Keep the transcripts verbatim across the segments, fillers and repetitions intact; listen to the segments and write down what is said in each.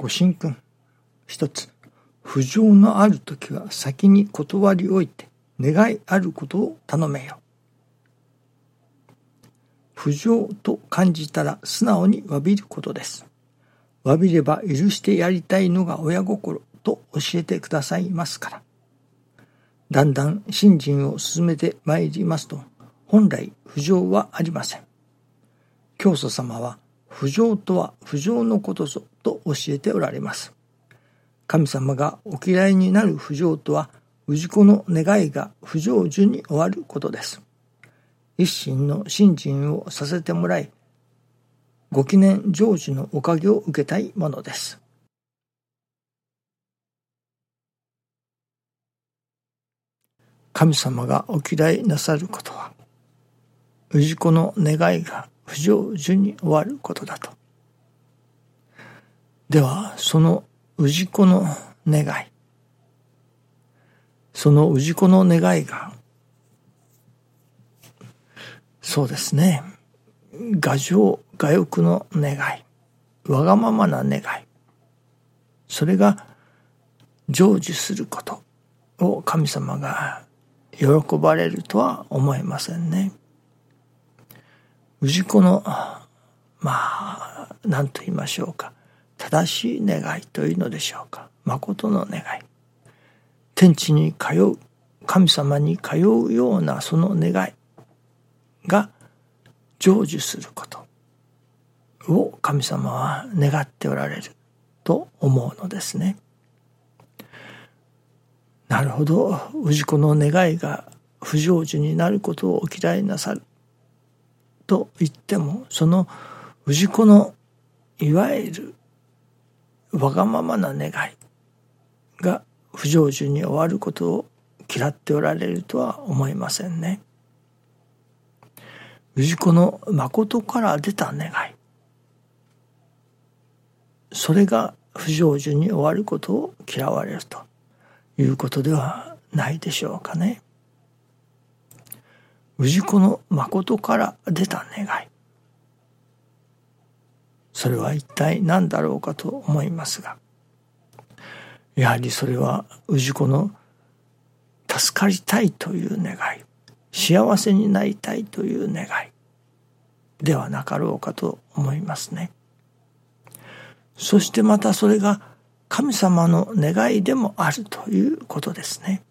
ご神君。一つ、不浄のあるときは先に断りおいて願いあることを頼めよ。不浄と感じたら素直に詫びることです。詫びれば許してやりたいのが親心と教えてくださいますから。だんだん信心を進めてまいりますと、本来不浄はありません。教祖様は不浄とは不浄のことぞと教えておられます。神様がお嫌いになる不浄とは、氏子の願いが不成就に終わることです。一心の信心をさせてもらい、ご記念成就のおかげを受けたいものです。神様がお嫌いなさることは、氏子の願いが不成就に終わることだと。では、その氏子の願い、その氏子の願いが、そうですね、我情我欲の願い、わがままな願い、それが成就することを神様が喜ばれるとは思えませんね。氏子のまあ何と言いましょうか、正しい願いというのでしょうか、誠の願い、天地に通う神様に通うようなその願いが成就することを神様は願っておられると思うのですね。なるほど、氏子の願いが不成就になることをお嫌いなさると言っても、その氏子のいわゆるわがままな願いが不成就に終わることを嫌っておられるとは思いませんね。氏子の誠から出た願い、それが不成就に終わることを嫌われるということではないでしょうかね。氏子の誠から出た願い、それは一体何だろうかと思いますが、やはりそれは氏子の助かりたいという願い、幸せになりたいという願いではなかろうかと思いますね。そしてまたそれが神様の願いでもあるということですね。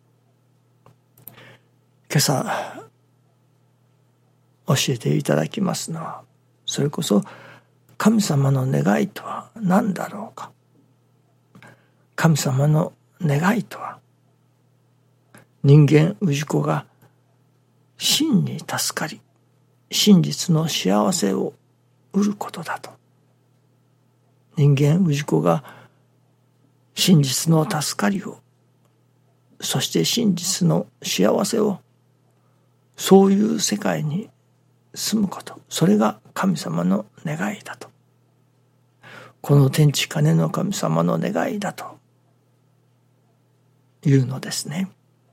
今朝教えていただきますのは、それこそ神様の願いとは何だろうか。神様の願いとは、人間氏子が真に助かり、真実の幸せを得ることだと。人間氏子が真実の助かりを、そして真実の幸せを、そういう世界に住むこと、それが神様の願いだと。この天地金の神様の願いだというのですね。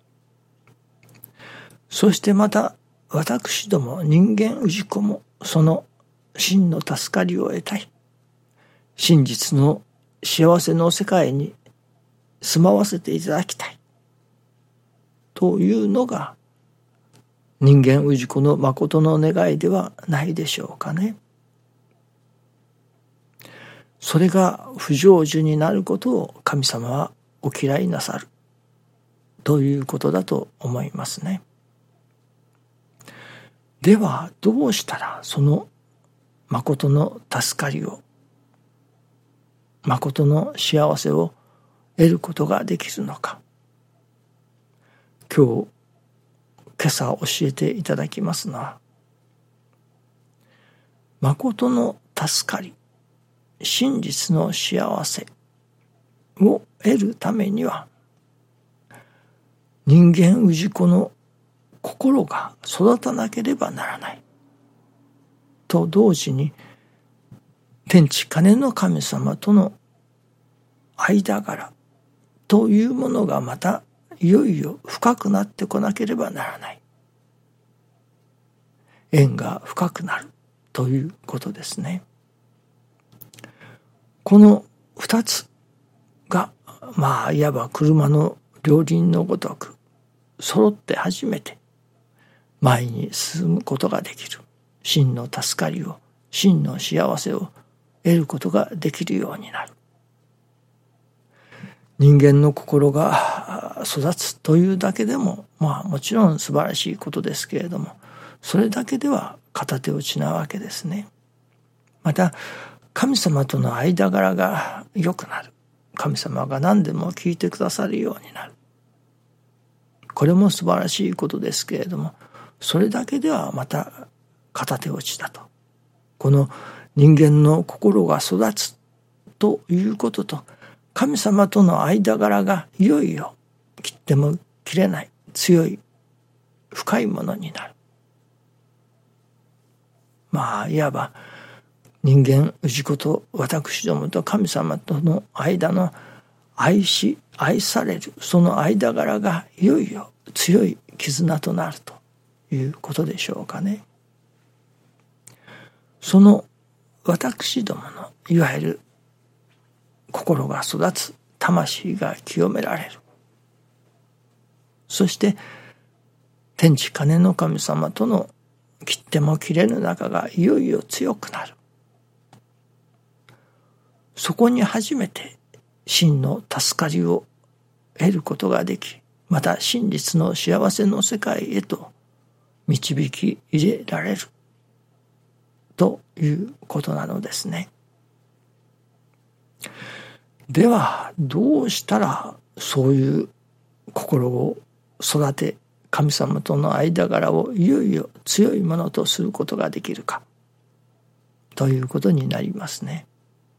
そしてまた私ども人間氏子もその真の助かりを得たい、真実の幸せの世界に住まわせていただきたいというのが人間氏子の誠の願いではないでしょうかね。それが不成就になることを神様はお嫌いなさるということだと思いますね。ではどうしたらその誠の助かりを、誠の幸せを得ることができるのか。今日今朝教えていただきますのは、誠の助かり、真実の幸せを得るためには、人間氏子の心が育たなければならないと同時に、天地金の神様との間柄というものがまたいよいよ深くなってこなければならない。縁が深くなるということですね。この二つがまあいわば車の両輪のごとく揃って初めて前に進むことができる、真の助かりを、真の幸せを得ることができるようになる。人間の心が育つというだけでもまあもちろん素晴らしいことですけれども、それだけでは片手落ちなわけですね。また神様との間柄が良くなる。神様が何でも聞いてくださるようになる。これも素晴らしいことですけれども、それだけではまた片手落ちだと。この人間の心が育つということと、神様との間柄がいよいよ切っても切れない強い深いものになる。まあいわば人間氏子と私どもと神様との間の愛し愛されるその間柄がいよいよ強い絆となるということでしょうかね。その私どものいわゆる心が育つ、魂が清められる、そして天地金の神様との切っても切れぬ仲がいよいよ強くなる。そこに初めて真の助かりを得ることができ、また真実の幸せの世界へと導き入れられるということなのですね。ではどうしたらそういう心を育て、神様との間柄をいよいよ強いものとすることができるかということになりますね。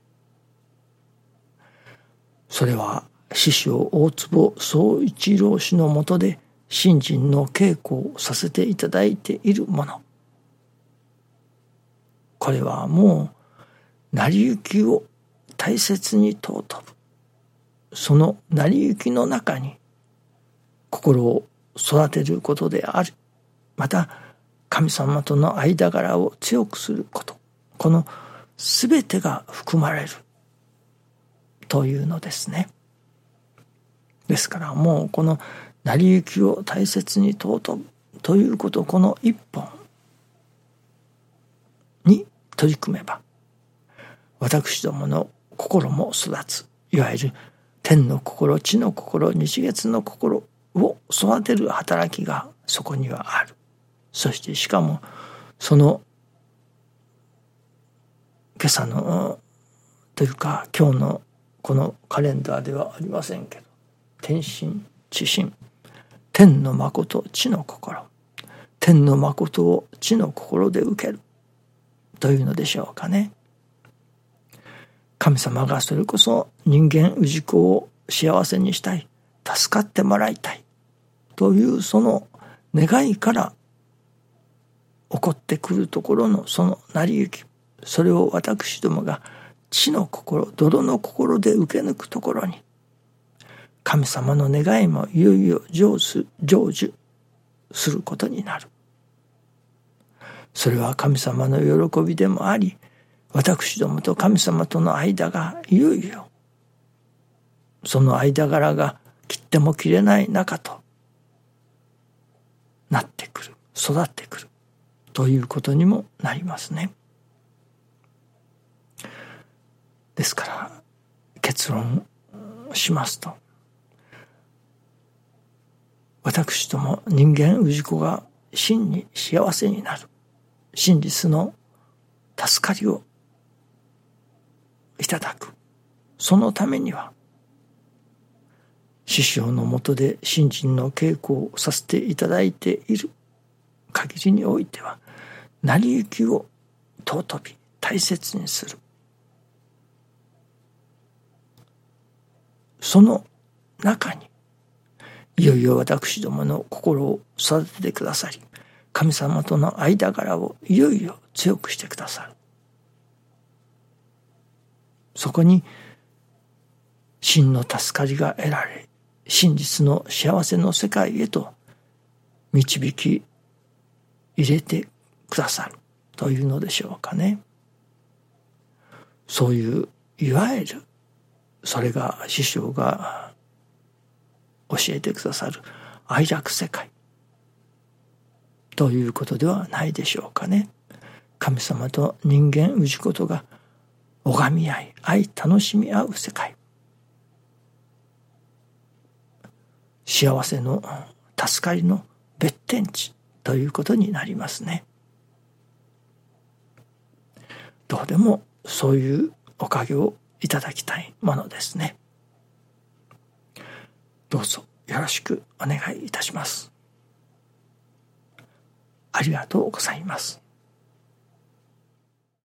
それは師匠大坪宗一郎氏のもとで信心の稽古をさせていただいているもの。これはもう成り行きを大切に尊ぶ。その成り行きの中に心を育てることである。また神様との間柄を強くすること。このすべてが含まれるというのですね。ですからもうこの成り行きを大切に尊ぶということ、この一本に取り組めば私どもの心も育つ。いわゆる天の心、地の心、日月の心を育てる働きがそこにはある。そしてしかもその今朝のというか今日のこのカレンダーではありませんけど、天心地心、天の誠地の心、天の誠を地の心で受けるというのでしょうかね。神様がそれこそ人間氏子を幸せにしたい、助かってもらいたいというその願いから起こってくるところのその成り行き、それを私どもが地の心、泥の心で受け抜くところに神様の願いもいよいよ成就、成就することになる。それは神様の喜びでもあり、私どもと神様との間がいよいよその間柄が切っても切れない仲となってくる、育ってくるということにもなりますね。ですから結論しますと、私ども人間氏子が真に幸せになる、真実の助かりをいただく、そのためには師匠のもとで信心の稽古をさせていただいている限りにおいては、成り行きを尊び大切にする、その中にいよいよ私どもの心を育ててくださり、神様との間柄をいよいよ強くしてくださる。そこに真の助かりが得られ、真実の幸せの世界へと導き入れてくださるというのでしょうかね。そういういわゆるそれが師匠が教えてくださる愛楽世界ということではないでしょうかね。神様と人間氏子とが拝み合い愛楽しみ合う世界、幸せの助かりの別天地ということになりますね。どうでもそういうおかげをいただきたいものですね。どうぞよろしくお願いいたします。ありがとうございます。